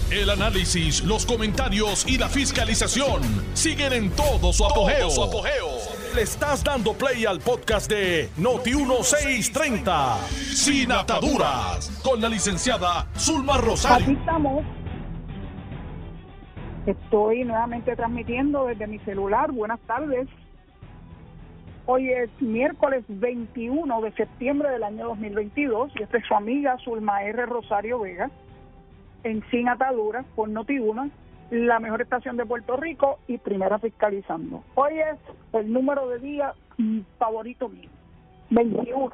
El análisis, los comentarios y la fiscalización siguen en todo su apogeo. Le estás dando play al podcast de Noti1630, Sin Ataduras, con la licenciada Zulma Rosario. Aquí estamos. Estoy nuevamente transmitiendo desde mi celular. Buenas tardes. Hoy es miércoles 21 de septiembre del año 2022 y esta es su amiga Zulma R. Rosario Vega en Sin Ataduras por Noti1, la mejor estación de Puerto Rico y primera fiscalizando. Hoy es el número de día favorito mío, 21.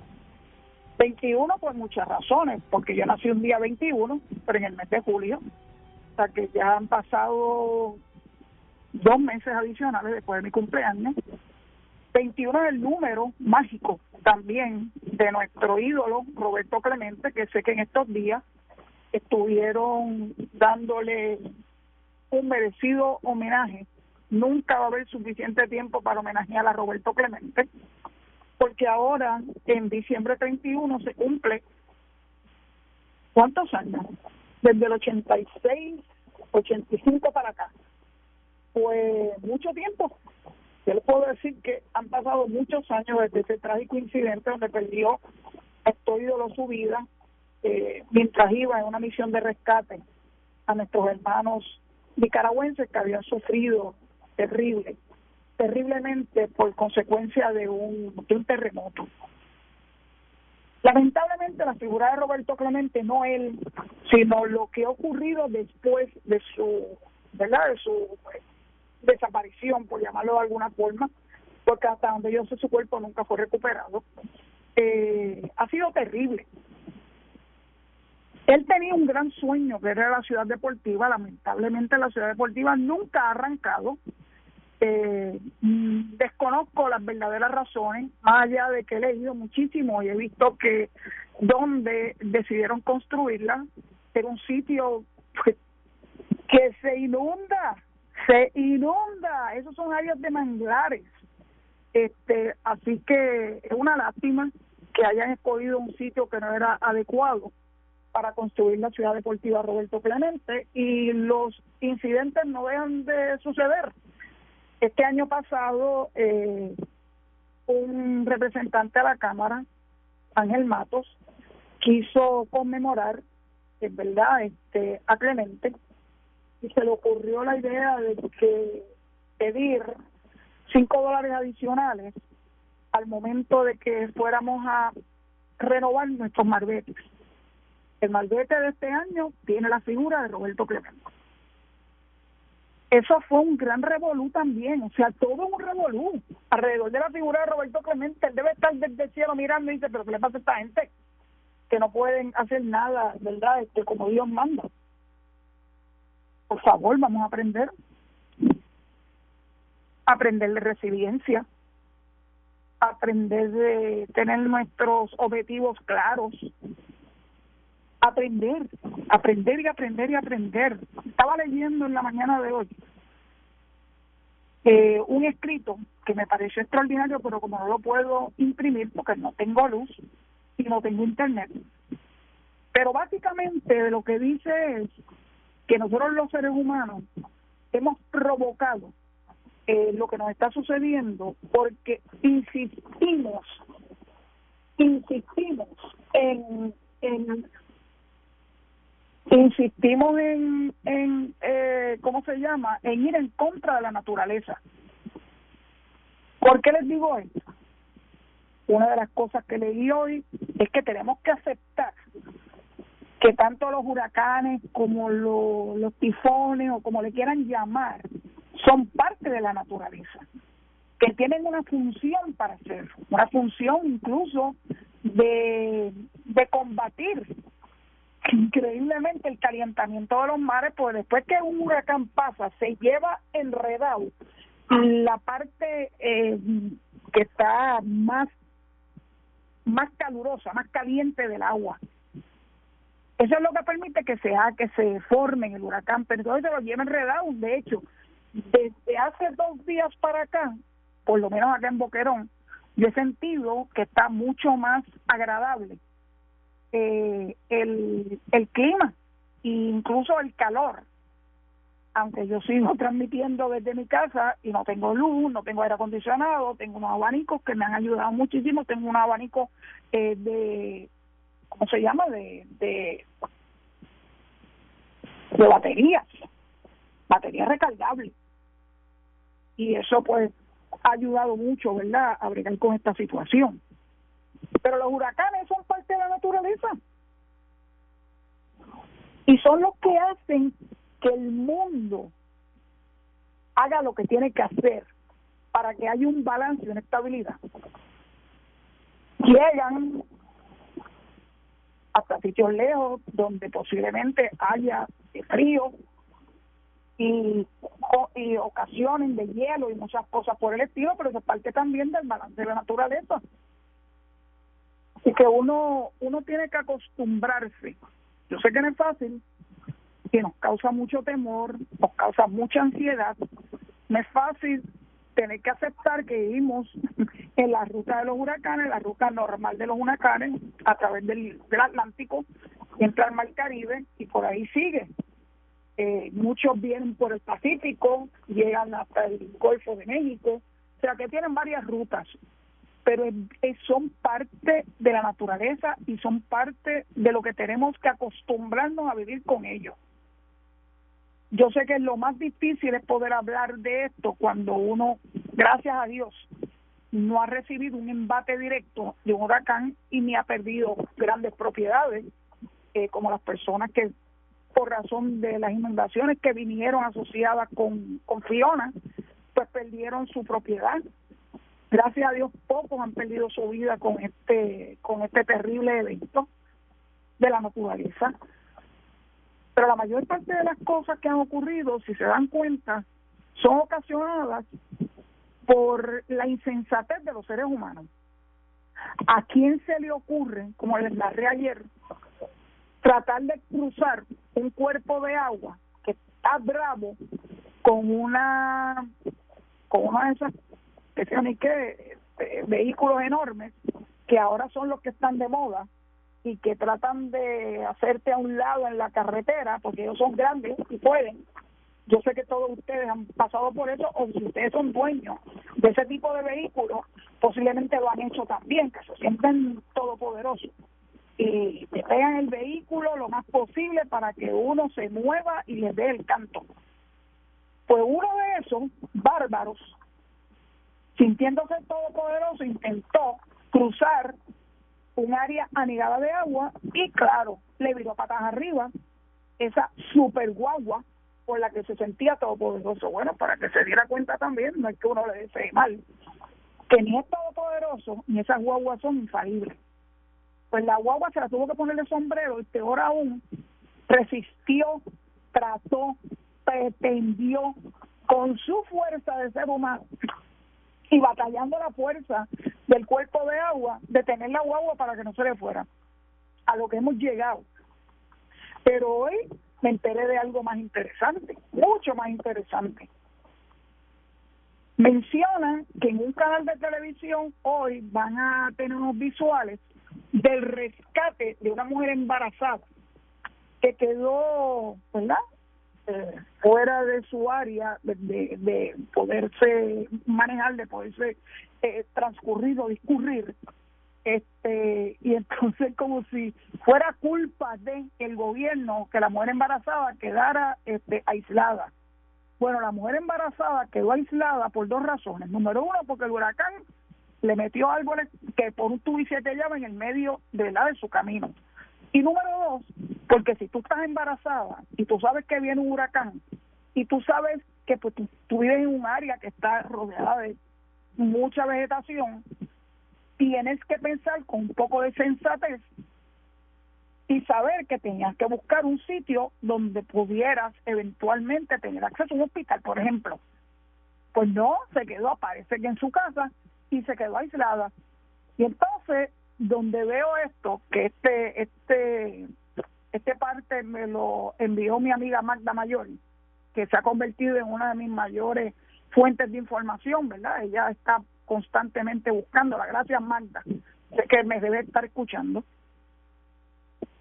21 por muchas razones, porque yo nací un día 21, pero en el mes de julio, o sea que ya han pasado 2 meses adicionales después de mi cumpleaños. 21 es el número mágico también de nuestro ídolo Roberto Clemente, que sé que en estos días estuvieron dándole un merecido homenaje. Nunca va a haber suficiente tiempo para homenajear a Roberto Clemente, porque ahora en diciembre 31 se cumple ¿cuántos años? Desde el 86, 85 para acá. Pues mucho tiempo. Yo les puedo decir que han pasado muchos años desde ese trágico incidente donde perdió a este ídolo su vida mientras iba en una misión de rescate a nuestros hermanos nicaragüenses que habían sufrido terriblemente por consecuencia de un terremoto. Lamentablemente la figura de Roberto Clemente, no él, sino lo que ha ocurrido después de su desaparición, por llamarlo de alguna forma, porque hasta donde yo sé su cuerpo nunca fue recuperado, ha sido terrible. Él tenía un gran sueño, que era la ciudad deportiva. Lamentablemente la ciudad deportiva nunca ha arrancado. Desconozco las verdaderas razones, más allá de que he leído muchísimo y he visto que donde decidieron construirla era un sitio que se inunda, esos son áreas de manglares, así que es una lástima que hayan escogido un sitio que no era adecuado para construir la ciudad deportiva Roberto Clemente, y los incidentes no dejan de suceder. Este año pasado un representante de la Cámara, Ángel Matos, quiso conmemorar, en verdad, a Clemente, y se le ocurrió la idea de que pedir $5 adicionales al momento de que fuéramos a renovar nuestros malbetes. El malvete de este año tiene la figura de Roberto Clemente. Eso fue un gran revolú también, o sea, todo un revolú alrededor de la figura de Roberto Clemente. Él debe estar desde el cielo mirando y dice, pero ¿qué le pasa a esta gente? Que no pueden hacer nada, ¿verdad? Como Dios manda. Por favor, vamos a aprender de resiliencia, aprender de tener nuestros objetivos claros, aprender. Estaba leyendo en la mañana de hoy un escrito que me pareció extraordinario, pero como no lo puedo imprimir porque no tengo luz y no tengo internet, pero básicamente lo que dice es que nosotros los seres humanos hemos provocado lo que nos está sucediendo porque insistimos ¿cómo se llama? En ir en contra de la naturaleza. ¿Por qué les digo esto? Una de las cosas que leí hoy es que tenemos que aceptar que tanto los huracanes como los tifones o como le quieran llamar son parte de la naturaleza, que tienen una función para hacer, una función incluso de combatir increíblemente el calentamiento de los mares, pues después que un huracán pasa, se lleva enredado la parte que está más calurosa, más caliente del agua. Eso es lo que permite que se forme en el huracán, pero entonces se lo lleva enredado. De hecho, desde hace 2 días para acá, por lo menos acá en Boquerón, yo he sentido que está mucho más agradable el clima, incluso el calor, aunque yo sigo transmitiendo desde mi casa y no tengo luz, no tengo aire acondicionado, tengo unos abanicos que me han ayudado muchísimo, tengo un abanico de, ¿cómo se llama? De baterías recargables. Y eso pues ha ayudado mucho, ¿verdad?, a bregar con esta situación. Pero los huracanes son parte de la naturaleza y son los que hacen que el mundo haga lo que tiene que hacer para que haya un balance y una estabilidad. Llegan hasta sitios lejos donde posiblemente haya frío y ocasiones de hielo y muchas cosas por el estilo, pero eso es parte también del balance de la naturaleza. Así que uno tiene que acostumbrarse. Yo sé que no es fácil, que nos causa mucho temor, nos causa mucha ansiedad. No es fácil tener que aceptar que vivimos en la ruta de los huracanes, la ruta normal de los huracanes, a través del Atlántico, entra al Mar Caribe y por ahí sigue. Muchos vienen por el Pacífico, llegan hasta el Golfo de México, o sea que tienen varias rutas, pero son parte de la naturaleza y son parte de lo que tenemos que acostumbrarnos a vivir con ellos. Yo sé que lo más difícil es poder hablar de esto cuando uno, gracias a Dios, no ha recibido un embate directo de un huracán y ni ha perdido grandes propiedades, como las personas que por razón de las inundaciones que vinieron asociadas con Fiona, pues perdieron su propiedad. Gracias a Dios pocos han perdido su vida con este terrible evento de la naturaleza. Pero la mayor parte de las cosas que han ocurrido, si se dan cuenta, son ocasionadas por la insensatez de los seres humanos. ¿A quién se le ocurre, como les narré ayer, tratar de cruzar un cuerpo de agua que está bravo con una de esas vehículos enormes que ahora son los que están de moda y que tratan de hacerte a un lado en la carretera porque ellos son grandes y pueden? Yo sé que todos ustedes han pasado por eso, o si ustedes son dueños de ese tipo de vehículos, posiblemente lo han hecho también, que se sienten todopoderosos y te pegan el vehículo lo más posible para que uno se mueva y les dé el canto. Pues uno de esos bárbaros, sintiéndose todopoderoso, intentó cruzar un área anegada de agua y claro, le viró patas arriba esa super guagua por la que se sentía todopoderoso. Bueno, para que se diera cuenta también, no es que uno le desee mal, que ni es todopoderoso ni esas guaguas son infalibles. Pues la guagua se la tuvo que poner de sombrero y peor aún, resistió, trató, pretendió con su fuerza de ser humano y batallando la fuerza del cuerpo de agua, detener la guagua para que no se le fuera. A lo que hemos llegado. Pero hoy me enteré de algo más interesante, mucho más interesante. Mencionan que en un canal de televisión hoy van a tener unos visuales del rescate de una mujer embarazada que quedó, ¿verdad?, fuera de su área de poderse manejar, de poderse transcurrir o discurrir, y entonces como si fuera culpa de el gobierno que la mujer embarazada quedara aislada. Bueno, la mujer embarazada quedó aislada por dos razones. Número uno, porque el huracán le metió árboles que por un tubo y 7 llaves en el medio de su camino. Y número dos, porque si tú estás embarazada y tú sabes que viene un huracán y tú sabes que pues tú vives en un área que está rodeada de mucha vegetación, tienes que pensar con un poco de sensatez y saber que tenías que buscar un sitio donde pudieras eventualmente tener acceso a un hospital, por ejemplo. Pues no, se quedó, parece que en su casa, y se quedó aislada. Y entonces, donde veo esto, que este parte me lo envió mi amiga Magda Mayor, que se ha convertido en una de mis mayores fuentes de información, ¿verdad? Ella está constantemente buscándola. Gracias, Magda. Sé que me debe estar escuchando.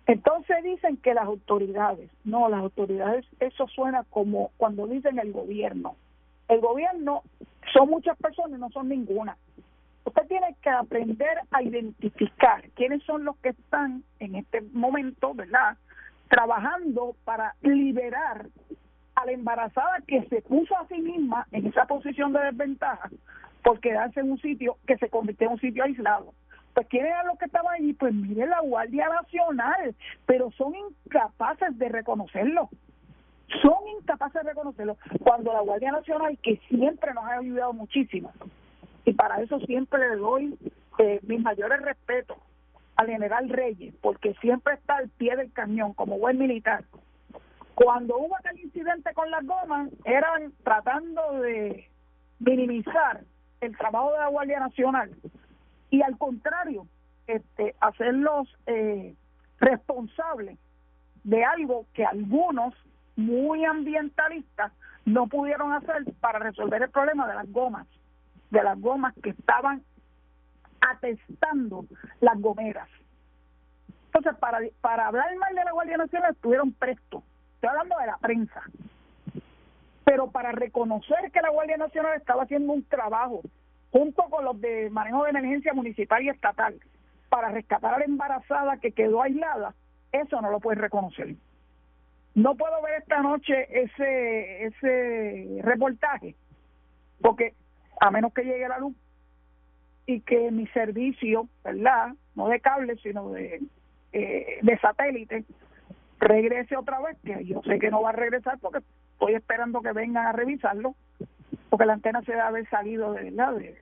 Entonces dicen que las autoridades, no, las autoridades, eso suena como cuando dicen el gobierno. El gobierno son muchas personas, no son ninguna. Usted tiene que aprender a identificar quiénes son los que están en este momento, ¿verdad?, trabajando para liberar a la embarazada que se puso a sí misma en esa posición de desventaja por quedarse en un sitio que se convirtió en un sitio aislado. Pues ¿quiénes eran los que estaban allí? Pues mire, la Guardia Nacional, pero son incapaces de reconocerlo. Son incapaces de reconocerlo. Cuando la Guardia Nacional, que siempre nos ha ayudado muchísimo, y para eso siempre le doy mis mayores respetos al general Reyes, porque siempre está al pie del cañón como buen militar. Cuando hubo aquel incidente con las gomas, eran tratando de minimizar el trabajo de la Guardia Nacional y al contrario, hacerlos responsables de algo que algunos muy ambientalistas no pudieron hacer para resolver el problema de las gomas que estaban atestando las gomeras. Entonces, para hablar mal de la Guardia Nacional estuvieron prestos. Estoy hablando de la prensa. Pero para reconocer que la Guardia Nacional estaba haciendo un trabajo junto con los de manejo de emergencia municipal y estatal para rescatar a la embarazada que quedó aislada, eso no lo pueden reconocer. No puedo ver esta noche ese reportaje, porque a menos que llegue la luz y que mi servicio, ¿verdad?, no de cable, sino de satélite, regrese otra vez, que yo sé que no va a regresar porque estoy esperando que vengan a revisarlo, porque la antena se debe haber salido del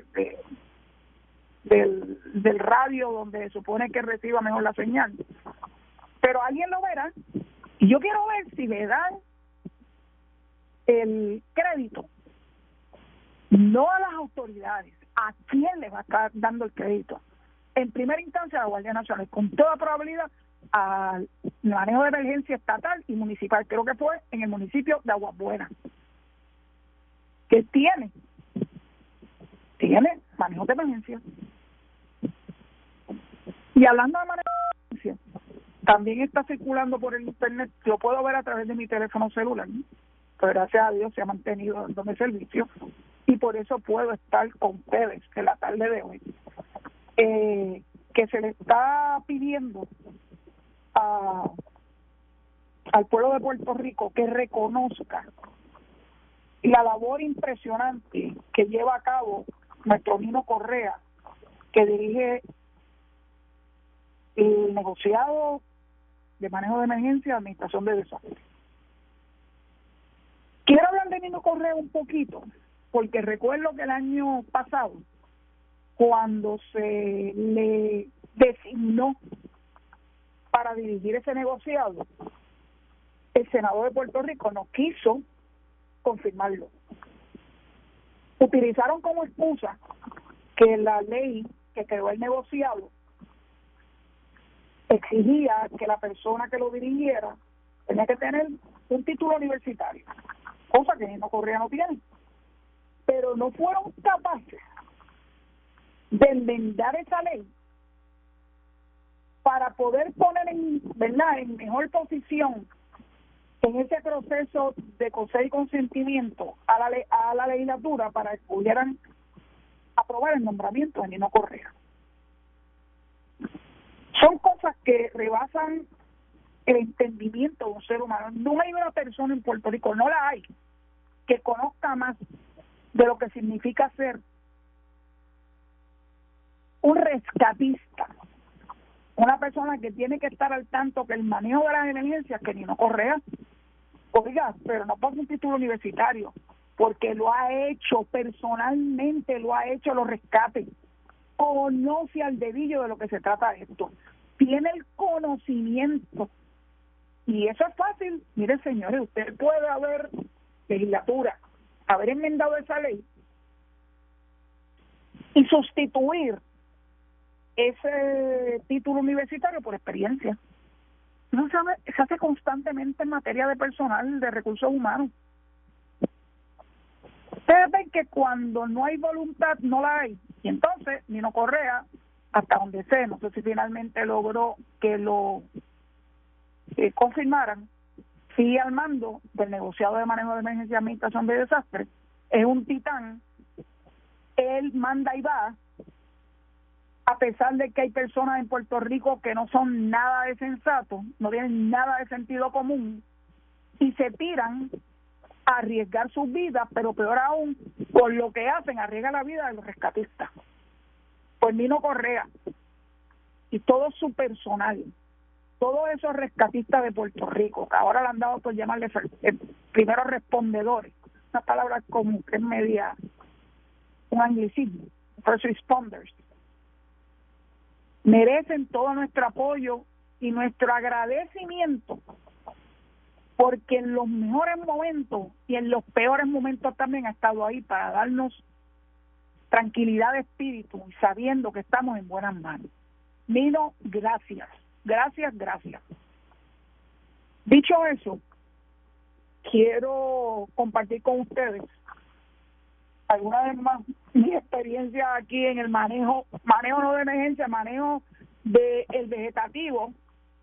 radio donde se supone que reciba mejor la señal. Pero alguien lo verá, y yo quiero ver si le dan el crédito, no a las autoridades, a quién le va a estar dando el crédito. En primera instancia a la Guardia Nacional, con toda probabilidad al manejo de emergencia estatal y municipal, creo que fue en el municipio de Aguas Buenas, que tiene manejo de emergencia. Y hablando de manejo de emergencia, también está circulando por el internet, yo puedo ver a través de mi teléfono celular, ¿no? Pero gracias a Dios se ha mantenido dándome servicio y por eso puedo estar con ustedes en la tarde de hoy, que se le está pidiendo al pueblo de Puerto Rico que reconozca la labor impresionante que lleva a cabo nuestro Nino Correa, que dirige el negociado de manejo de emergencia, administración de desastres. Quiero hablar de Nino Correa un poquito, porque recuerdo que el año pasado, cuando se le designó para dirigir ese negociado, el Senado de Puerto Rico no quiso confirmarlo. Utilizaron como excusa que la ley que creó el negociado exigía que la persona que lo dirigiera tenía que tener un título universitario, cosa que Nino Correa no tiene. Pero no fueron capaces de enmendar esa ley para poder poner en mejor posición en ese proceso de consejo y consentimiento a la legislatura para que pudieran aprobar el nombramiento de Nino Correa. Son cosas que rebasan el entendimiento de un ser humano. No hay una persona en Puerto Rico, no la hay, que conozca más de lo que significa ser un rescatista, una persona que tiene que estar al tanto que el manejo de las emergencias, que Nino Correa, oiga, pero no por un título universitario, porque lo ha hecho personalmente, los rescates, conoce al dedillo de lo que se trata esto, tiene el conocimiento, y eso es fácil. Mire, señores, usted puede haber haber enmendado esa ley y sustituir ese título universitario por experiencia. No se hace constantemente en materia de personal, de recursos humanos. Ustedes ven que cuando no hay voluntad, no la hay. Y entonces, Nino Correa, hasta donde sé, no sé si finalmente logró que lo confirmaran, sigue al mando del negociado de manejo de emergencia y administración de desastres, es un titán, él manda y va, a pesar de que hay personas en Puerto Rico que no son nada de sensatos, no tienen nada de sentido común, y se tiran a arriesgar sus vidas, pero peor aún, por lo que hacen, arriesga la vida de los rescatistas. Pues Nino Correa y todo su personal, todos esos rescatistas de Puerto Rico, que ahora le han dado por llamarle primeros respondedores, una palabra común que es media un anglicismo, first responders, merecen todo nuestro apoyo y nuestro agradecimiento, porque en los mejores momentos y en los peores momentos también ha estado ahí para darnos tranquilidad de espíritu y sabiendo que estamos en buenas manos. Nino, gracias, gracias, gracias. Dicho eso, quiero compartir con ustedes alguna vez más mi experiencia aquí en el manejo no de emergencia, manejo del vegetativo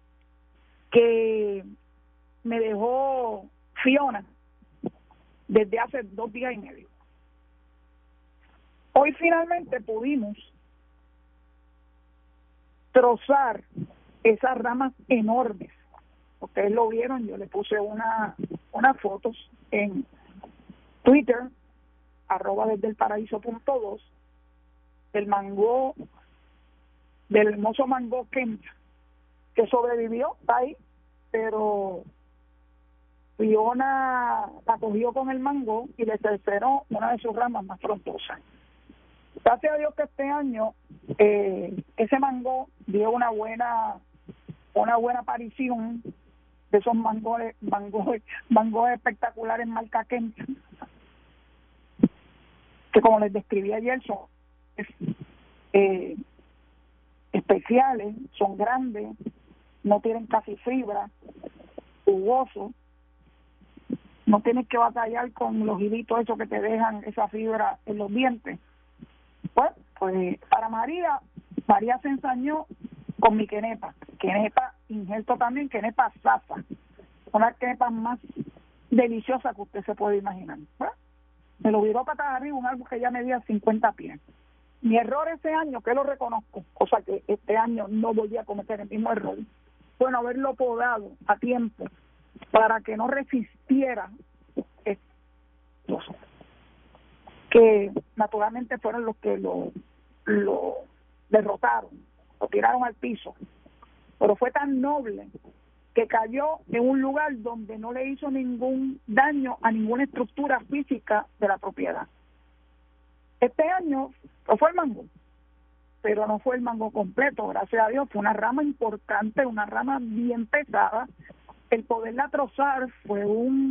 que me dejó Fiona desde hace 2 días y medio. Hoy finalmente pudimos trozar esas ramas enormes. Ustedes lo vieron, yo le puse unas fotos en Twitter, @desdelparaíso.2, del mango, del hermoso mango Kent, que sobrevivió, está ahí, pero Fiona la cogió con el mango y le cercenó una de sus ramas más frondosas. Gracias a Dios que este año ese mango dio una buena aparición de esos mangos espectaculares marca Kent, que como les describí ayer son especiales, son grandes, no tienen casi fibra, jugosos, no tienes que batallar con los hilitos esos que te dejan esa fibra en los dientes. Pues para María se ensañó con mi quenepa injerto también, quenepa Zafa, una quenepa más deliciosa que usted se puede imaginar. Me lo viró patas arriba, un árbol que ya medía 50 pies. Mi error ese año, que lo reconozco, cosa que este año no volví a cometer el mismo error, fue no haberlo podado a tiempo para que no resistiera estos, que naturalmente fueron los que lo derrotaron, lo tiraron al piso. Pero fue tan noble que cayó en un lugar donde no le hizo ningún daño a ninguna estructura física de la propiedad. Este año fue el mango, pero no fue el mango completo, gracias a Dios. Fue una rama importante, una rama bien pesada. El poderla trozar fue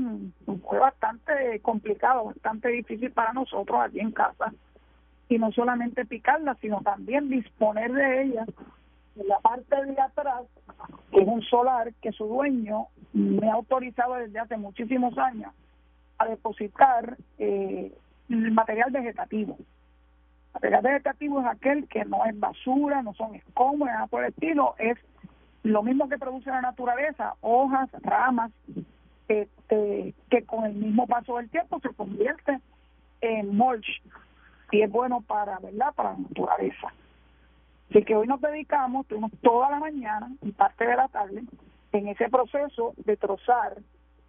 bastante complicado, bastante difícil para nosotros aquí en casa. Y no solamente picarla, sino también disponer de ella en la parte de atrás, que es un solar que su dueño me ha autorizado desde hace muchísimos años a depositar el material vegetativo. El material vegetativo es aquel que no es basura, no son escombros, nada por el estilo, es lo mismo que produce la naturaleza, hojas, ramas, que con el mismo paso del tiempo se convierte en mulch y es bueno para la naturaleza. Así que hoy nos dedicamos, tuvimos toda la mañana y parte de la tarde en ese proceso de trozar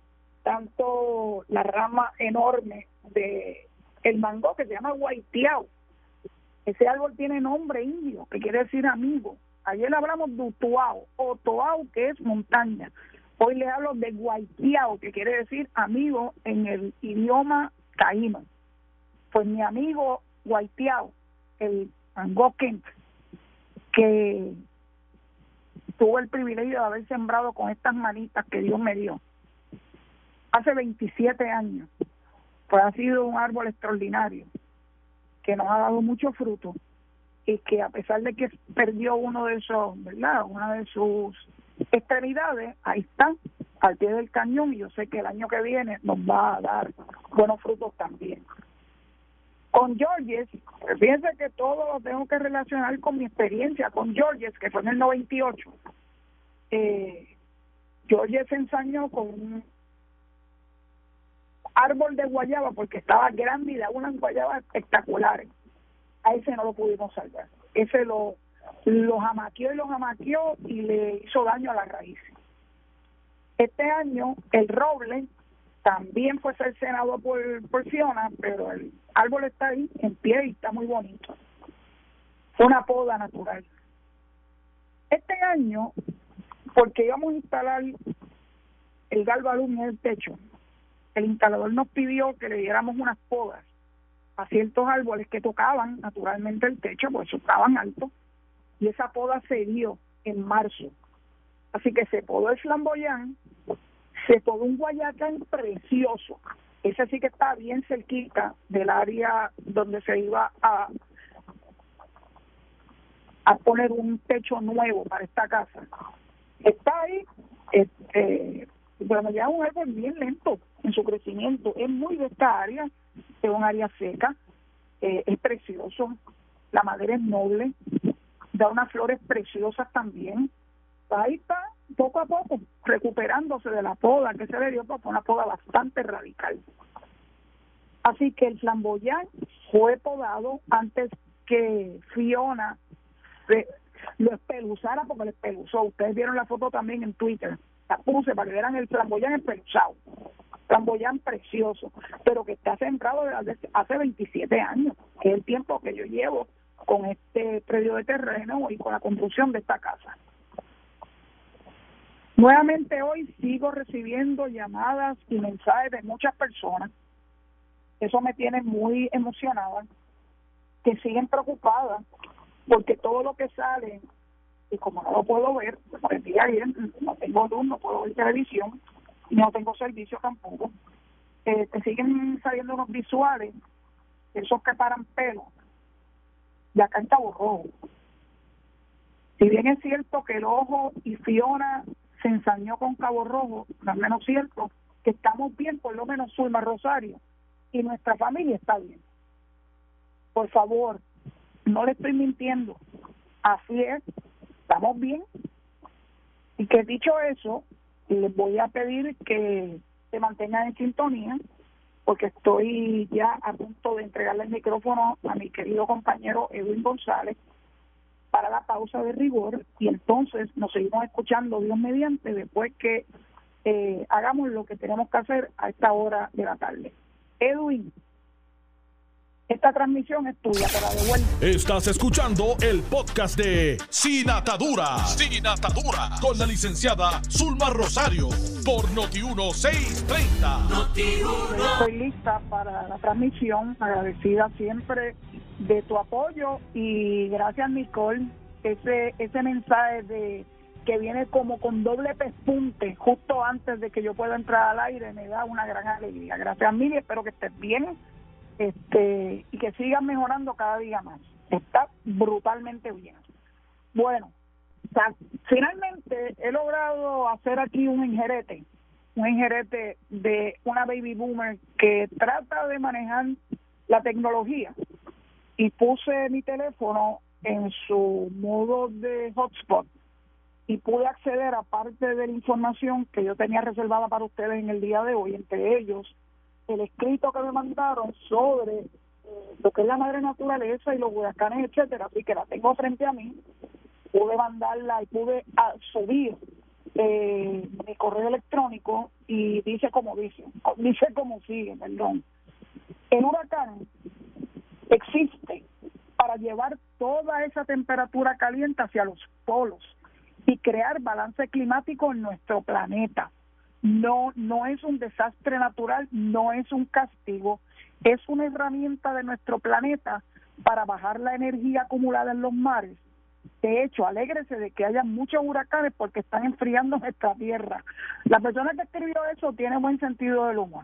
tanto la rama enorme de el mango que se llama guaitiao. Ese árbol tiene nombre indio, que quiere decir amigo. Ayer hablamos de Utuao, o Toao, que es montaña. Hoy le hablo de guaitiao, que quiere decir amigo en el idioma taíno. Pues mi amigo guaitiao, el mango Kent, que tuvo el privilegio de haber sembrado con estas manitas que Dios me dio hace 27 años, pues ha sido un árbol extraordinario que nos ha dado mucho fruto y que a pesar de que perdió uno de esos, una de sus extremidades, ahí está, al pie del cañón, y yo sé que el año que viene nos va a dar buenos frutos también. Con Georges, fíjense que todo lo tengo que relacionar con mi experiencia con Georges, que fue en el 98. George se ensañó con un árbol de guayaba porque estaba grande y daba unas guayabas espectaculares. A ese no lo pudimos salvar. Ese lo jamaqueó y le hizo daño a la raíz. Este año el roble también fue cercenado por Fiona, pero el árbol está ahí en pie y está muy bonito. Fue una poda natural. Este año, porque íbamos a instalar el galvalum en el techo, el instalador nos pidió que le diéramos unas podas a ciertos árboles que tocaban naturalmente el techo, porque estaban altos, y esa poda se dio en marzo. Así que se podó el flamboyán, se podó un guayacán precioso. Ese sí que está bien cerquita del área donde se iba a poner un techo nuevo para esta casa. Está ahí, bueno, ya es un árbol bien lento en su crecimiento. Es muy de esta área, es un área seca, es precioso, la madera es noble, da unas flores preciosas también. Ahí está, poco a poco, recuperándose de la poda que se le dio, porque fue una poda bastante radical. Así que el flamboyán fue podado antes que Fiona lo espeluzara, porque lo espeluzó. Ustedes vieron la foto también en Twitter, la puse para que vieran el flamboyán espeluzado, flamboyán precioso, pero que está sembrado desde hace 27 años, que es el tiempo que yo llevo con este predio de terreno y con la construcción de esta casa. Nuevamente hoy sigo recibiendo llamadas y mensajes de muchas personas. Eso me tiene muy emocionada, que siguen preocupadas porque todo lo que sale, y como no lo puedo ver, por el día ayer, no tengo luz, no puedo ver televisión, y no tengo servicio tampoco, te siguen saliendo unos visuales, esos que paran pelo, de acá en Cabo Rojo. Si bien es cierto que el ojo y Fiona se ensañó con Cabo Rojo, no es menos cierto que estamos bien, por lo menos Zulma Rosario y nuestra familia está bien. Por favor, no le estoy mintiendo, así es, estamos bien. Y que dicho eso, les voy a pedir que se mantengan en sintonía, porque estoy ya a punto de entregarle el micrófono a mi querido compañero Edwin González para la pausa de rigor, y entonces nos seguimos escuchando Dios mediante después que hagamos lo que tenemos que hacer a esta hora de la tarde. Edwin, esta transmisión es tuya, te la devuelvo. Estás escuchando el podcast de Sin Ataduras. Sin Ataduras. Con la licenciada Zulma Rosario. Por Noti1630. Estoy lista para la transmisión, agradecida siempre de tu apoyo, y gracias, Nicole, ese mensaje de que viene como con doble pespunte justo antes de que yo pueda entrar al aire me da una gran alegría. Gracias, Mili, espero que estés bien, y que sigas mejorando cada día más. Está brutalmente bien. Bueno, finalmente he logrado hacer aquí un injerete de una baby boomer que trata de manejar la tecnología, y puse mi teléfono en su modo de hotspot y pude acceder a parte de la información que yo tenía reservada para ustedes en el día de hoy, entre ellos el escrito que me mandaron sobre lo que es la madre naturaleza y los huracanes, etcétera. Así que la tengo frente a mí, pude mandarla y pude subir mi correo electrónico, y dice como sigue, perdón. El huracán existe para llevar toda esa temperatura caliente hacia los polos y crear balance climático en nuestro planeta. No es un desastre natural, no es un castigo, es una herramienta de nuestro planeta para bajar la energía acumulada en los mares. De hecho, alégrese de que haya muchos huracanes porque están enfriando nuestra tierra. La persona que escribió eso tiene buen sentido del humor.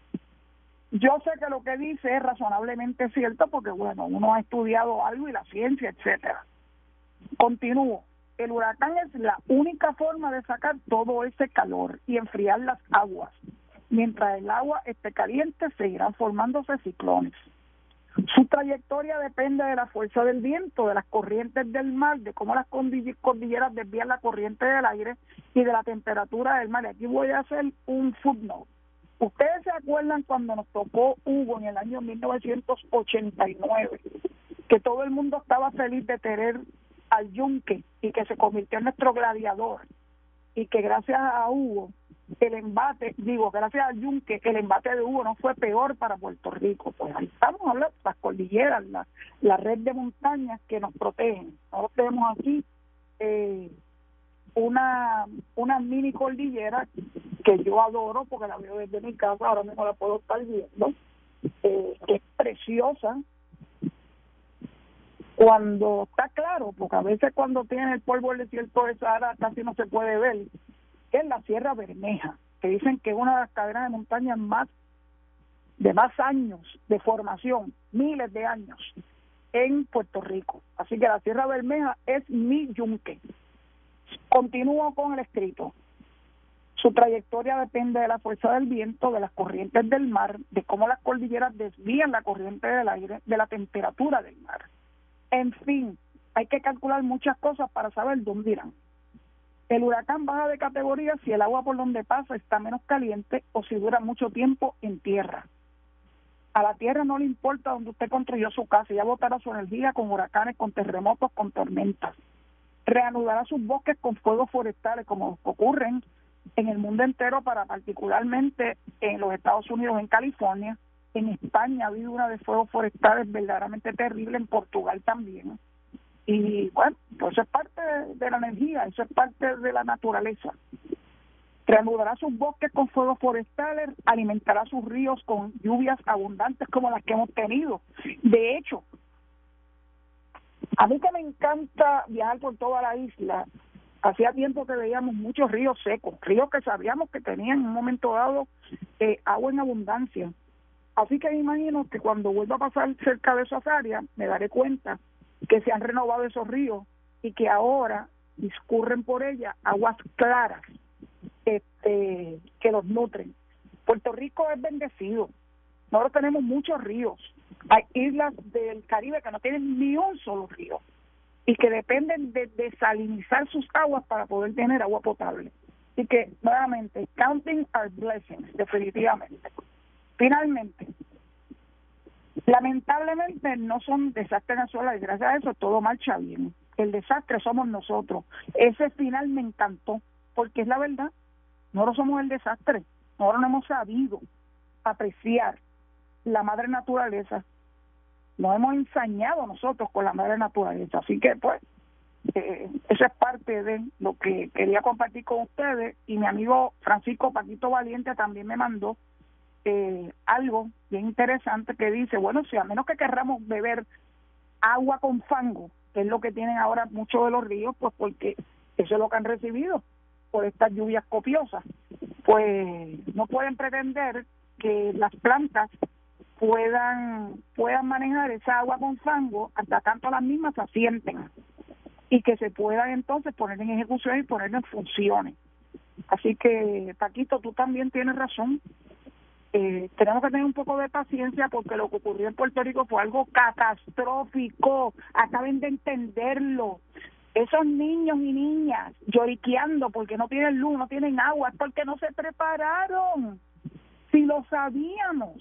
Yo sé que lo que dice es razonablemente cierto porque, bueno, uno ha estudiado algo y la ciencia, etcétera. Continúo. El huracán es la única forma de sacar todo ese calor y enfriar las aguas. Mientras el agua esté caliente, seguirán formándose ciclones. Su trayectoria depende de la fuerza del viento, de las corrientes del mar, de cómo las cordilleras desvían la corriente del aire y de la temperatura del mar. Y aquí voy a hacer un footnote. ¿Ustedes se acuerdan cuando nos tocó Hugo en el año 1989? Que todo el mundo estaba feliz de tener al yunque y que se convirtió en nuestro gladiador. Y que gracias a Hugo, gracias al yunque, el embate de Hugo no fue peor para Puerto Rico. Pues ahí estamos hablando de las cordilleras, la red de montañas que nos protegen. Nosotros tenemos aquí una mini cordillera que yo adoro porque la veo desde mi casa, ahora mismo la puedo estar viendo, que es preciosa cuando está claro, porque a veces cuando tiene el polvo del desierto de Sahara casi no se puede ver, que es la Sierra Bermeja, que dicen que es una de las cadenas de montañas de más años de formación, miles de años, en Puerto Rico. Así que la Sierra Bermeja es mi yunque. Continúo con el escrito. Su trayectoria depende de la fuerza del viento, de las corrientes del mar, de cómo las cordilleras desvían la corriente del aire, de la temperatura del mar. En fin, hay que calcular muchas cosas para saber dónde irán. El huracán baja de categoría si el agua por donde pasa está menos caliente o si dura mucho tiempo en tierra. A la tierra no le importa donde usted construyó su casa, ya botará su energía con huracanes, con terremotos, con tormentas. Reanudará sus bosques con fuegos forestales, como ocurren en el mundo entero, particularmente en los Estados Unidos, en California. En España ha habido una de fuegos forestales verdaderamente terrible, en Portugal también. Y bueno, pues eso es parte de la energía, eso es parte de la naturaleza. Reanudará sus bosques con fuegos forestales, alimentará sus ríos con lluvias abundantes como las que hemos tenido. De hecho, a mí que me encanta viajar por toda la isla, hacía tiempo que veíamos muchos ríos secos, ríos que sabíamos que tenían en un momento dado agua en abundancia. Así que me imagino que cuando vuelva a pasar cerca de esas áreas, me daré cuenta que se han renovado esos ríos y que ahora discurren por ellas aguas claras que los nutren. Puerto Rico es bendecido. Nosotros tenemos muchos ríos. Hay islas del Caribe que no tienen ni un solo río y que dependen de desalinizar sus aguas para poder tener agua potable. Así que, nuevamente, counting our blessings, definitivamente. Finalmente, lamentablemente no son desastres naturales, y gracias a eso todo marcha bien. El desastre somos nosotros. Ese final me encantó, porque es la verdad. Nosotros somos el desastre. Nosotros no hemos sabido apreciar la madre naturaleza. Nos hemos ensañado nosotros con la madre naturaleza. Así que, pues, eso es parte de lo que quería compartir con ustedes. Y mi amigo Francisco Paquito Valiente también me mandó algo bien interesante que dice, bueno, si a menos que querramos beber agua con fango, que es lo que tienen ahora muchos de los ríos, pues porque eso es lo que han recibido por estas lluvias copiosas, pues no pueden pretender que las plantas puedan manejar esa agua con fango hasta tanto las mismas se asienten y que se puedan entonces poner en ejecución y poner en funciones. Así que, Paquito, tú también tienes razón. Tenemos que tener un poco de paciencia porque lo que ocurrió en Puerto Rico fue algo catastrófico. Acaben de entenderlo. Esos niños y niñas lloriqueando porque no tienen luz, no tienen agua, es porque no se prepararon. Si lo sabíamos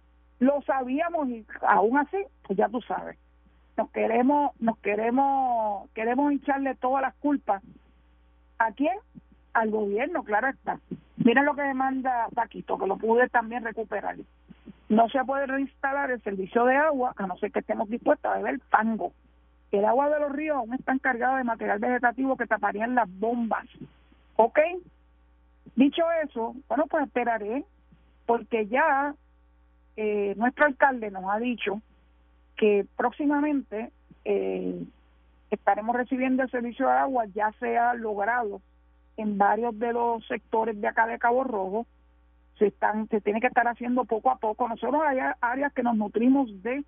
y aún así, pues ya tú sabes, queremos echarle todas las culpas. ¿A quién? Al gobierno, claro está. Miren lo que demanda Paquito, que lo pude también recuperar. No se puede reinstalar el servicio de agua a no ser que estemos dispuestos a beber fango. El agua de los ríos aún está cargada de material vegetativo que taparían las bombas. ¿Ok? Dicho eso, bueno, pues esperaré, porque ya nuestro alcalde nos ha dicho que próximamente estaremos recibiendo el servicio de agua, ya se ha logrado en varios de los sectores de acá de Cabo Rojo. Se tiene que estar haciendo poco a poco. Nosotros hay áreas que nos nutrimos de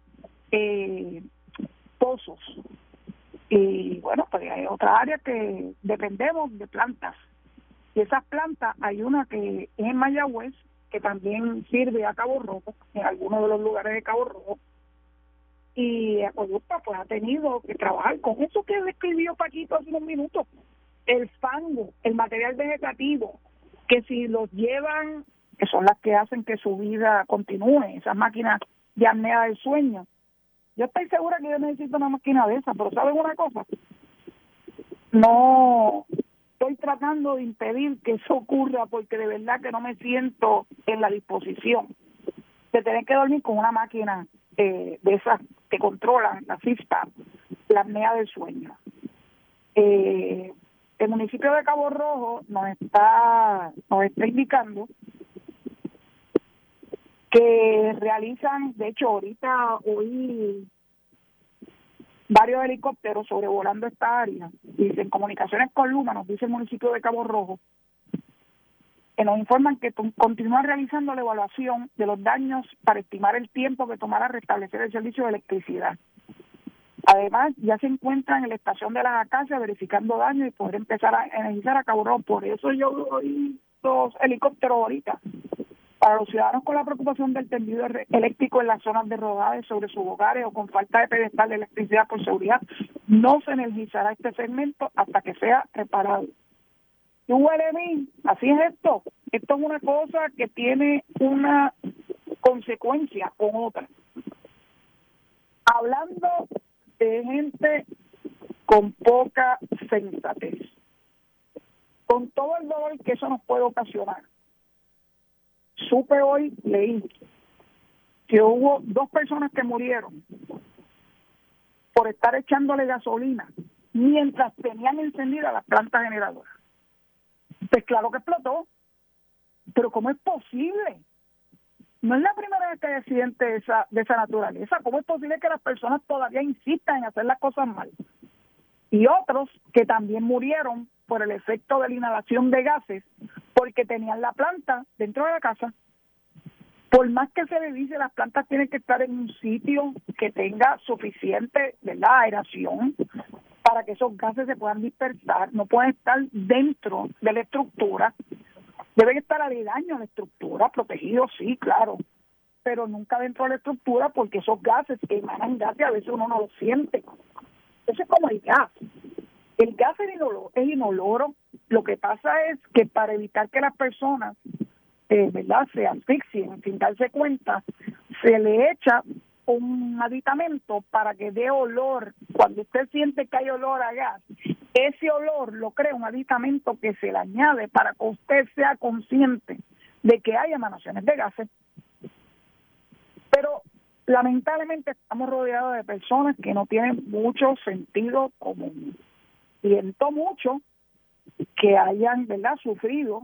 pozos y bueno, pues hay otra área que dependemos de plantas, y esas plantas hay una que es en Mayagüez que también sirve a Cabo Rojo, en algunos de los lugares de Cabo Rojo, y Acueducto pues ha tenido que trabajar con eso que describió Paquito hace unos minutos, el fango, el material vegetativo, que si los llevan, que son las que hacen que su vida continúe, esas máquinas de apnea del sueño. Yo estoy segura que yo necesito una máquina de esas, pero ¿saben una cosa? No estoy tratando de impedir que eso ocurra porque de verdad que no me siento en la disposición de tener que dormir con una máquina de esas que controlan la CISPA, la apnea del sueño. El municipio de Cabo Rojo nos está indicando que realizan, de hecho ahorita oí varios helicópteros sobrevolando esta área, y en comunicaciones con Luma nos dice el municipio de Cabo Rojo que nos informan que continúan realizando la evaluación de los daños para estimar el tiempo que tomará restablecer el servicio de electricidad. Además, ya se encuentran en la estación de las Acacias verificando daños y poder empezar a energizar a Cabo Rojo. Por eso yo oí los helicópteros ahorita. Para los ciudadanos con la preocupación del tendido eléctrico en las zonas de rodades sobre sus hogares o con falta de pedestal de electricidad por seguridad, no se energizará este segmento hasta que sea reparado. ¿Tú huele a mí? Así es esto. Esto es una cosa que tiene una consecuencia con otra. Hablando de gente con poca sensatez, con todo el dolor que eso nos puede ocasionar, supe hoy, leí, que hubo 2 personas que murieron por estar echándole gasolina mientras tenían encendida las plantas generadoras. Pues claro que explotó, pero ¿cómo es posible? No es la primera vez que hay accidentes de esa naturaleza. ¿Cómo es posible que las personas todavía insistan en hacer las cosas mal? Y otros que también murieron por el efecto de la inhalación de gases porque tenían la planta dentro de la casa. Por más que se le dice, las plantas tienen que estar en un sitio que tenga suficiente, ¿verdad?, aeración para que esos gases se puedan dispersar. No pueden estar dentro de la estructura, deben estar aledaños a la estructura, protegidos, sí, claro, pero nunca dentro de la estructura porque esos gases que emanan gases a veces uno no lo siente. Eso es como el gas. El gas es inoloro. Lo que pasa es que para evitar que las personas ¿verdad?, se asfixien sin darse cuenta, se le echa un aditamento para que dé olor. Cuando usted siente que hay olor a gas, ese olor lo crea un aditamento que se le añade para que usted sea consciente de que hay emanaciones de gases. Pero lamentablemente estamos rodeados de personas que no tienen mucho sentido común. Siento mucho que hayan, ¿verdad?, sufrido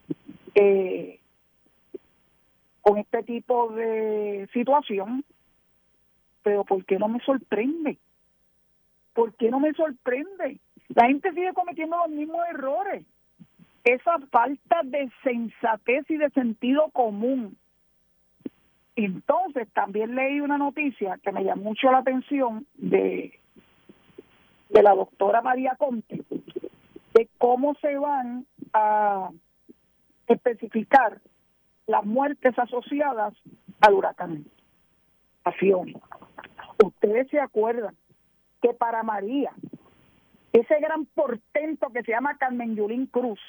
con este tipo de situación, pero ¿por qué no me sorprende? ¿Por qué no me sorprende? La gente sigue cometiendo los mismos errores. Esa falta de sensatez y de sentido común. Entonces, también leí una noticia que me llamó mucho la atención de la doctora María Conte, de cómo se van a especificar las muertes asociadas al huracán, a Fiona. Ustedes se acuerdan que para María, ese gran portento que se llama Carmen Yulín Cruz,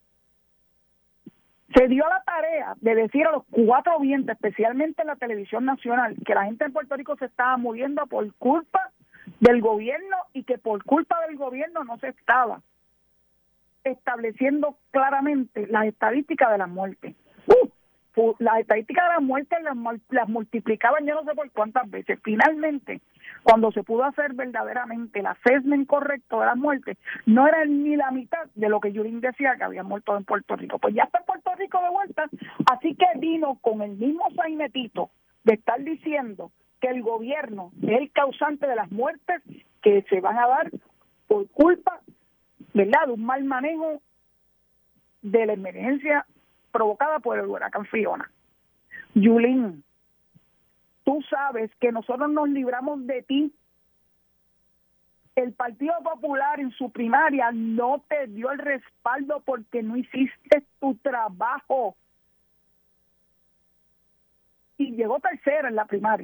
se dio la tarea de decir a los 4 vientos, especialmente en la televisión nacional, que la gente en Puerto Rico se estaba muriendo por culpa del gobierno y que por culpa del gobierno no se estaba estableciendo claramente las estadísticas de las muertes. Las estadísticas de las muertes las multiplicaban yo no sé por cuántas veces. Finalmente, cuando se pudo hacer verdaderamente el assessment correcto de las muertes, no era ni la mitad de lo que Yulín decía que había muerto en Puerto Rico. Pues ya está en Puerto Rico de vuelta, así que vino con el mismo sainetito de estar diciendo que el gobierno es el causante de las muertes que se van a dar por culpa, ¿verdad?, de un mal manejo de la emergencia provocada por el huracán Fiona. Yulín, tú sabes que nosotros nos libramos de ti. El Partido Popular en su primaria no te dio el respaldo porque no hiciste tu trabajo. Y llegó tercera en la primaria.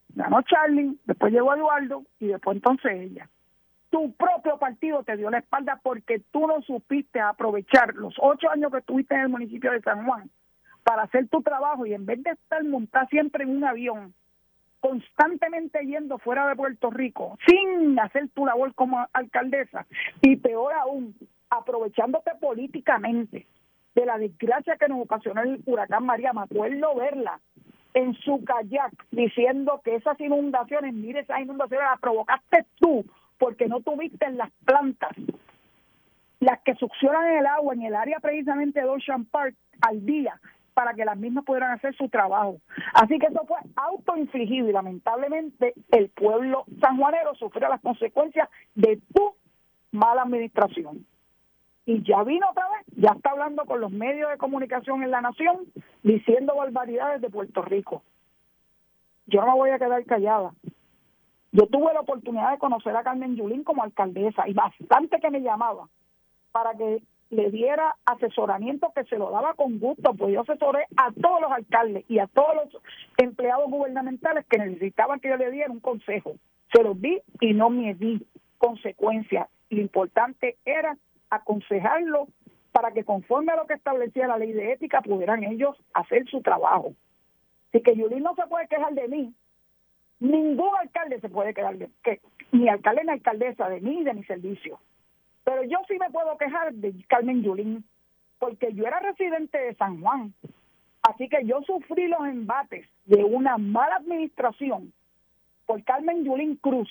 ganó Charlie, después llegó Eduardo y después entonces ella. Tu propio partido te dio la espalda porque tú no supiste aprovechar los 8 años que estuviste en el municipio de San Juan para hacer tu trabajo, y en vez de estar montada siempre en un avión, constantemente yendo fuera de Puerto Rico, sin hacer tu labor como alcaldesa, y peor aún, aprovechándote políticamente de la desgracia que nos ocasionó el huracán María. Me acuerdo verla en su kayak diciendo que esas inundaciones, mire, esas inundaciones las provocaste tú, porque no tuviste las plantas, las que succionan el agua en el área precisamente de Ocean Park al día, para que las mismas pudieran hacer su trabajo. Así que eso fue autoinfligido y lamentablemente el pueblo sanjuanero sufrió las consecuencias de tu mala administración. Y ya vino otra vez, ya está hablando con los medios de comunicación en la nación, diciendo barbaridades de Puerto Rico. Yo no me voy a quedar callada. Yo tuve la oportunidad de conocer a Carmen Yulín como alcaldesa, y bastante que me llamaba para que le diera asesoramiento, que se lo daba con gusto, pues yo asesoré a todos los alcaldes y a todos los empleados gubernamentales que necesitaban que yo le diera un consejo. Se los di y no me di consecuencias. Lo importante era aconsejarlo para que, conforme a lo que establecía la ley de ética, pudieran ellos hacer su trabajo. Así que Yulín no se puede quejar de mí. Ningún alcalde se puede quejar de que ni alcalde ni alcaldesa de mí y de mi servicio. Pero yo sí me puedo quejar de Carmen Yulín, porque yo era residente de San Juan. Así que yo sufrí los embates de una mala administración por Carmen Yulín Cruz,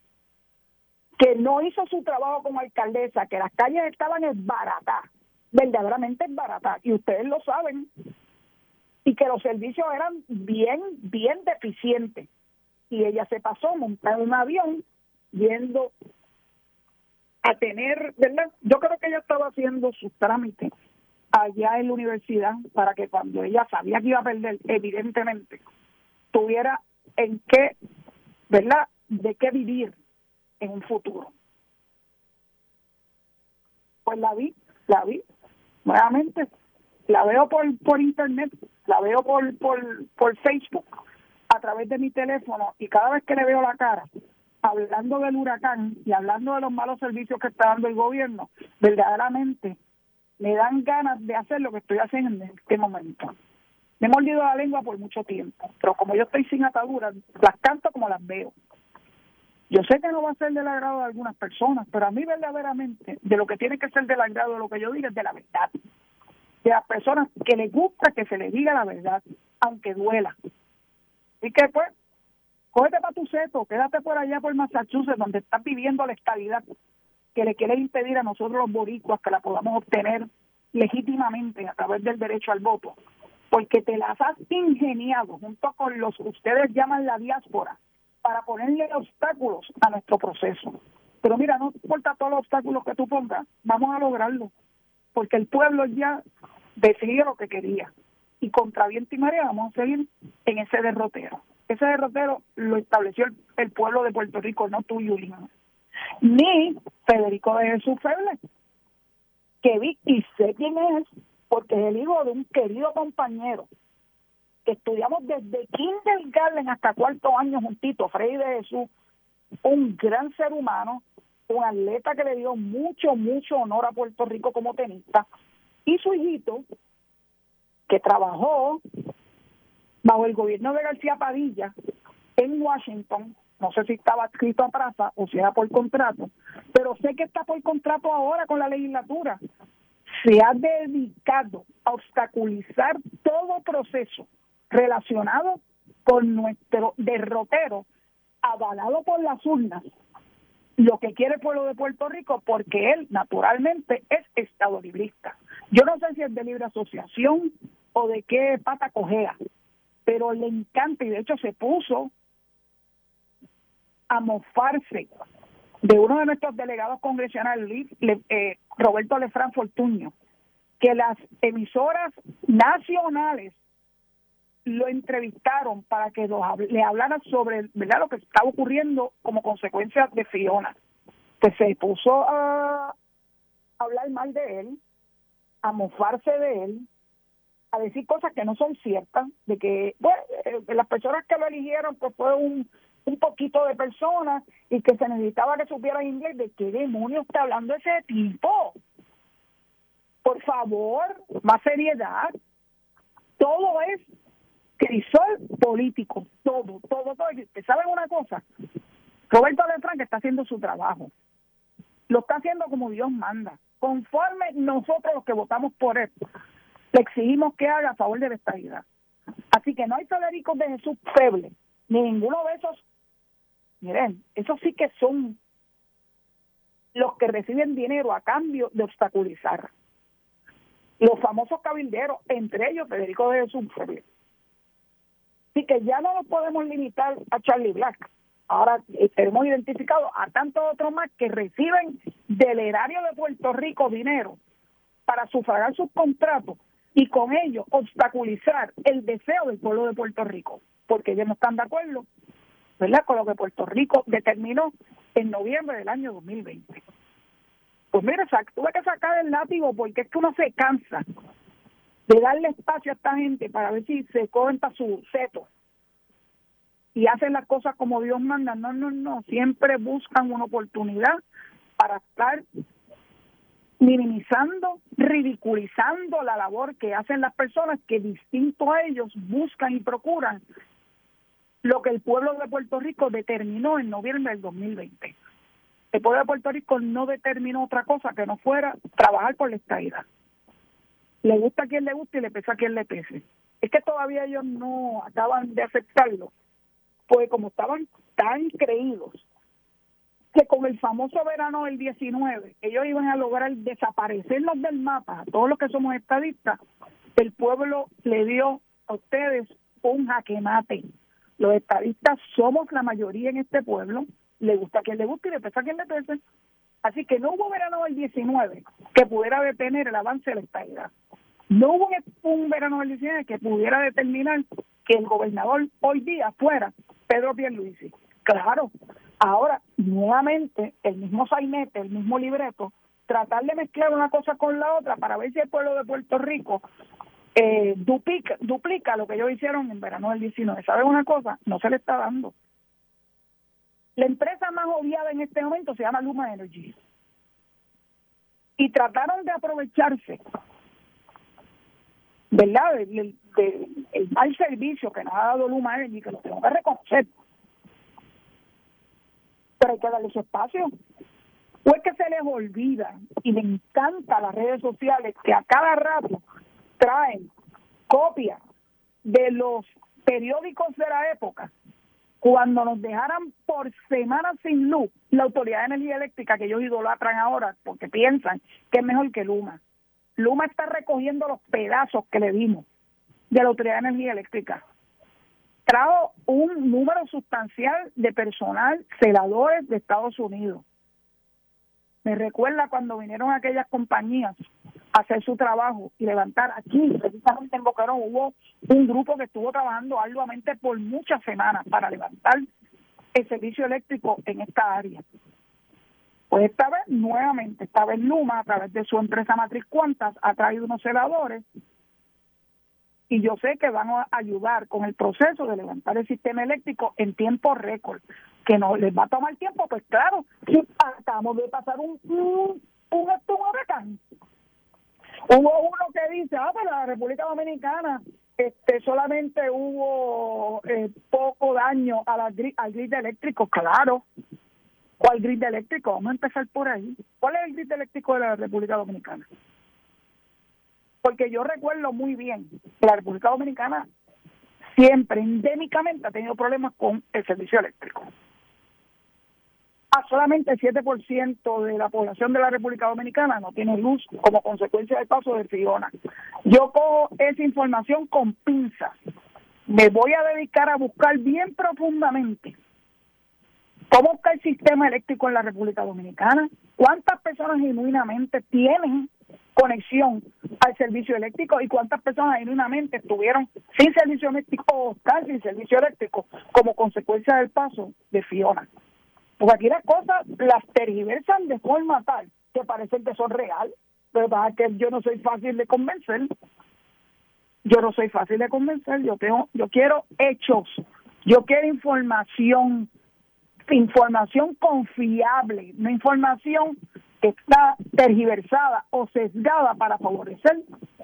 que no hizo su trabajo como alcaldesa, que las calles estaban esbaratadas, verdaderamente esbaratadas, y ustedes lo saben, y que los servicios eran bien deficientes. Y ella se pasó montada en un avión yendo a tener, ¿verdad? Yo creo que ella estaba haciendo sus trámites allá en la universidad para que cuando ella sabía que iba a perder, evidentemente, tuviera en qué, ¿verdad?, de qué vivir en un futuro. Pues la vi, nuevamente, la veo por internet, la veo por Facebook, a través de mi teléfono, y cada vez que le veo la cara, hablando del huracán y hablando de los malos servicios que está dando el gobierno, verdaderamente me dan ganas de hacer lo que estoy haciendo en este momento. Me he mordido la lengua por mucho tiempo, pero como yo estoy sin ataduras, las canto como las veo. Yo sé que no va a ser del agrado de algunas personas, pero a mí verdaderamente, de lo que tiene que ser del agrado de lo que yo diga, es de la verdad. De las personas que les gusta que se les diga la verdad, aunque duela. Y que pues, cógete para tu seto, quédate por allá por Massachusetts, donde estás viviendo la estabilidad que le quiere impedir a nosotros los boricuas que la podamos obtener legítimamente a través del derecho al voto, porque te las has ingeniado junto con los que ustedes llaman la diáspora para ponerle obstáculos a nuestro proceso. Pero mira, no importa todos los obstáculos que tú pongas, vamos a lograrlo, porque el pueblo ya decidió lo que quería, y contra viento y marea vamos a seguir en ese derrotero. Ese derrotero lo estableció el pueblo de Puerto Rico, no tú, Yulín, ni Federico de Jesús Feble, que vi y sé quién es, porque es el hijo de un querido compañero que estudiamos desde kindergarten hasta 4º año juntito, Freddy de Jesús, un gran ser humano, un atleta que le dio mucho honor a Puerto Rico como tenista, y su hijito, que trabajó bajo el gobierno de García Padilla en Washington. No sé si estaba adscrito a Praza o si era por contrato, pero sé que está por contrato ahora con la legislatura. Se ha dedicado a obstaculizar todo proceso relacionado con nuestro derrotero, avalado por las urnas, lo que quiere el pueblo de Puerto Rico, porque él naturalmente es estado librista. Yo no sé si es de libre asociación o de qué pata cojea, pero le encanta, y de hecho se puso a mofarse de uno de nuestros delegados congresionales, Roberto Lefranc Fortuño, que las emisoras nacionales lo entrevistaron para que le hablara sobre, ¿verdad?, lo que estaba ocurriendo como consecuencia de Fiona. Pues se puso a hablar mal de él, a mofarse de él, a decir cosas que no son ciertas, de que, bueno, las personas que lo eligieron pues fue un poquito de personas y que se necesitaba que supieran inglés. ¿De qué demonios está hablando ese tipo? Por favor, más seriedad. Todo es crisol político, todo. ¿Saben una cosa? Roberto Lefranc está haciendo su trabajo. Lo está haciendo como Dios manda. Conforme nosotros los que votamos por él, le exigimos que haga a favor de la estabilidad. Así que no hay Federicos de Jesús Feble, ni ninguno de esos. Miren, esos sí que son los que reciben dinero a cambio de obstaculizar. Los famosos cabilderos, entre ellos Federico de Jesús Feble. Así que ya no nos podemos limitar a Charlie Black. Ahora hemos identificado a tantos otros más que reciben del erario de Puerto Rico dinero para sufragar sus contratos y con ello obstaculizar el deseo del pueblo de Puerto Rico, porque ellos no están de acuerdo, ¿verdad?, con lo que Puerto Rico determinó en noviembre del año 2020. Pues mira, tuve que sacar el látigo porque es que uno se cansa de darle espacio a esta gente para ver si se cogen para su seto y hacen las cosas como Dios manda. No, siempre buscan una oportunidad para estar minimizando, ridiculizando la labor que hacen las personas que distinto a ellos buscan y procuran lo que el pueblo de Puerto Rico determinó en noviembre del 2020. El pueblo de Puerto Rico no determinó otra cosa que no fuera trabajar por la estabilidad. Le gusta a quien le guste y le pesa a quien le pese. Es que todavía ellos no acaban de aceptarlo, pues como estaban tan creídos que con el famoso verano del 19 ellos iban a lograr desaparecerlos del mapa, a todos los que somos estadistas. El pueblo le dio a ustedes un jaque mate. Los estadistas somos la mayoría en este pueblo, le gusta a quien le guste y le pesa a quien le pese. Así que no hubo verano del 19 que pudiera detener el avance de la estabilidad. No hubo un verano del 19 que pudiera determinar que el gobernador hoy día fuera Pedro Pierluisi. Claro, ahora nuevamente el mismo sainete, el mismo libreto, tratar de mezclar una cosa con la otra para ver si el pueblo de Puerto Rico duplica lo que ellos hicieron en verano del 19. ¿Saben una cosa? No se le está dando. La empresa más odiada en este momento se llama Luma Energy. Y trataron de aprovecharse, ¿verdad?, del mal servicio que nos ha dado Luma Energy, que lo tengo que reconocer. Pero hay que darle su espacio. O es que se les olvida, y me encantan las redes sociales que a cada rato traen copias de los periódicos de la época, cuando nos dejaran por semanas sin luz la Autoridad de Energía Eléctrica, que ellos idolatran ahora porque piensan que es mejor que Luma. Luma está recogiendo los pedazos que le dimos de la Autoridad de Energía Eléctrica. Trajo un número sustancial de personal, celadores de Estados Unidos. Me recuerda cuando vinieron aquellas compañías a hacer su trabajo y levantar aquí, precisamente en Boquerón, hubo un grupo que estuvo trabajando arduamente por muchas semanas para levantar el servicio eléctrico en esta área. Pues esta vez, nuevamente, Luma, a través de su empresa matriz Quantas, ha traído unos celadores y yo sé que van a ayudar con el proceso de levantar el sistema eléctrico en tiempo récord. Que no les va a tomar tiempo, pues claro, si acabamos de pasar un huracán. Hubo uno que dice, pero la República Dominicana solamente hubo poco daño al grid eléctrico. Claro. ¿Cuál grid eléctrico? Vamos a empezar por ahí. ¿Cuál es el grid eléctrico de la República Dominicana? Porque yo recuerdo muy bien que la República Dominicana siempre, endémicamente, ha tenido problemas con el servicio eléctrico. Solamente el 7% de la población de la República Dominicana no tiene luz como consecuencia del paso de Fiona. Yo cojo esa información con pinzas. Me voy a dedicar a buscar bien profundamente cómo está el sistema eléctrico en la República Dominicana, cuántas personas genuinamente tienen conexión al servicio eléctrico y cuántas personas genuinamente estuvieron sin servicio eléctrico o están sin servicio eléctrico como consecuencia del paso de Fiona. Porque aquí las cosas las tergiversan de forma tal que parecen que son reales, pero es que yo no soy fácil de convencer. Yo no soy fácil de convencer, yo quiero hechos, yo quiero información confiable, no información que está tergiversada o sesgada para favorecer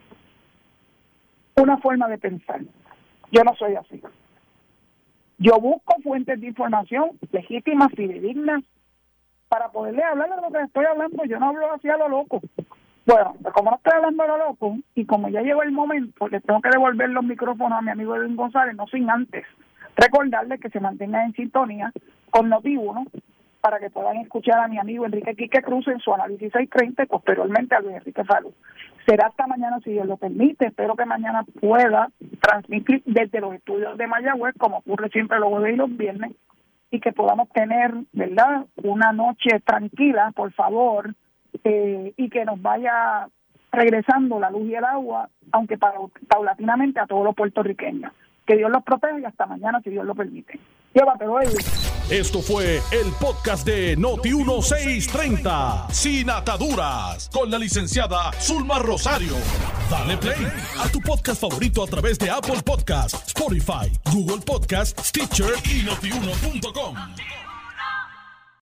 una forma de pensar. Yo no soy así. Yo busco fuentes de información legítimas, fidedignas, para poderle hablar de lo que estoy hablando. Yo no hablo así a lo loco. Bueno, pues como no estoy hablando a lo loco, y como ya llegó el momento, le tengo que devolver los micrófonos a mi amigo Edwin González, no sin antes recordarle que se mantengan en sintonía con Noti1 para que puedan escuchar a mi amigo Enrique Quique Cruz en su análisis 630 y posteriormente a Luis Enrique Falú. Será hasta mañana si Dios lo permite. Espero que mañana pueda transmitir desde los estudios de Mayagüez, como ocurre siempre los jueves y los viernes, y que podamos tener, ¿verdad?, una noche tranquila, por favor, y que nos vaya regresando la luz y el agua, aunque paulatinamente a todos los puertorriqueños. Que Dios los proteja y hasta mañana, si Dios lo permite. Llévatelo, Edwin. Esto fue el podcast de Noti1630, Sin Ataduras, con la licenciada Zulma Rosario. Dale play a tu podcast favorito a través de Apple Podcasts, Spotify, Google Podcasts, Stitcher y Notiuno.com.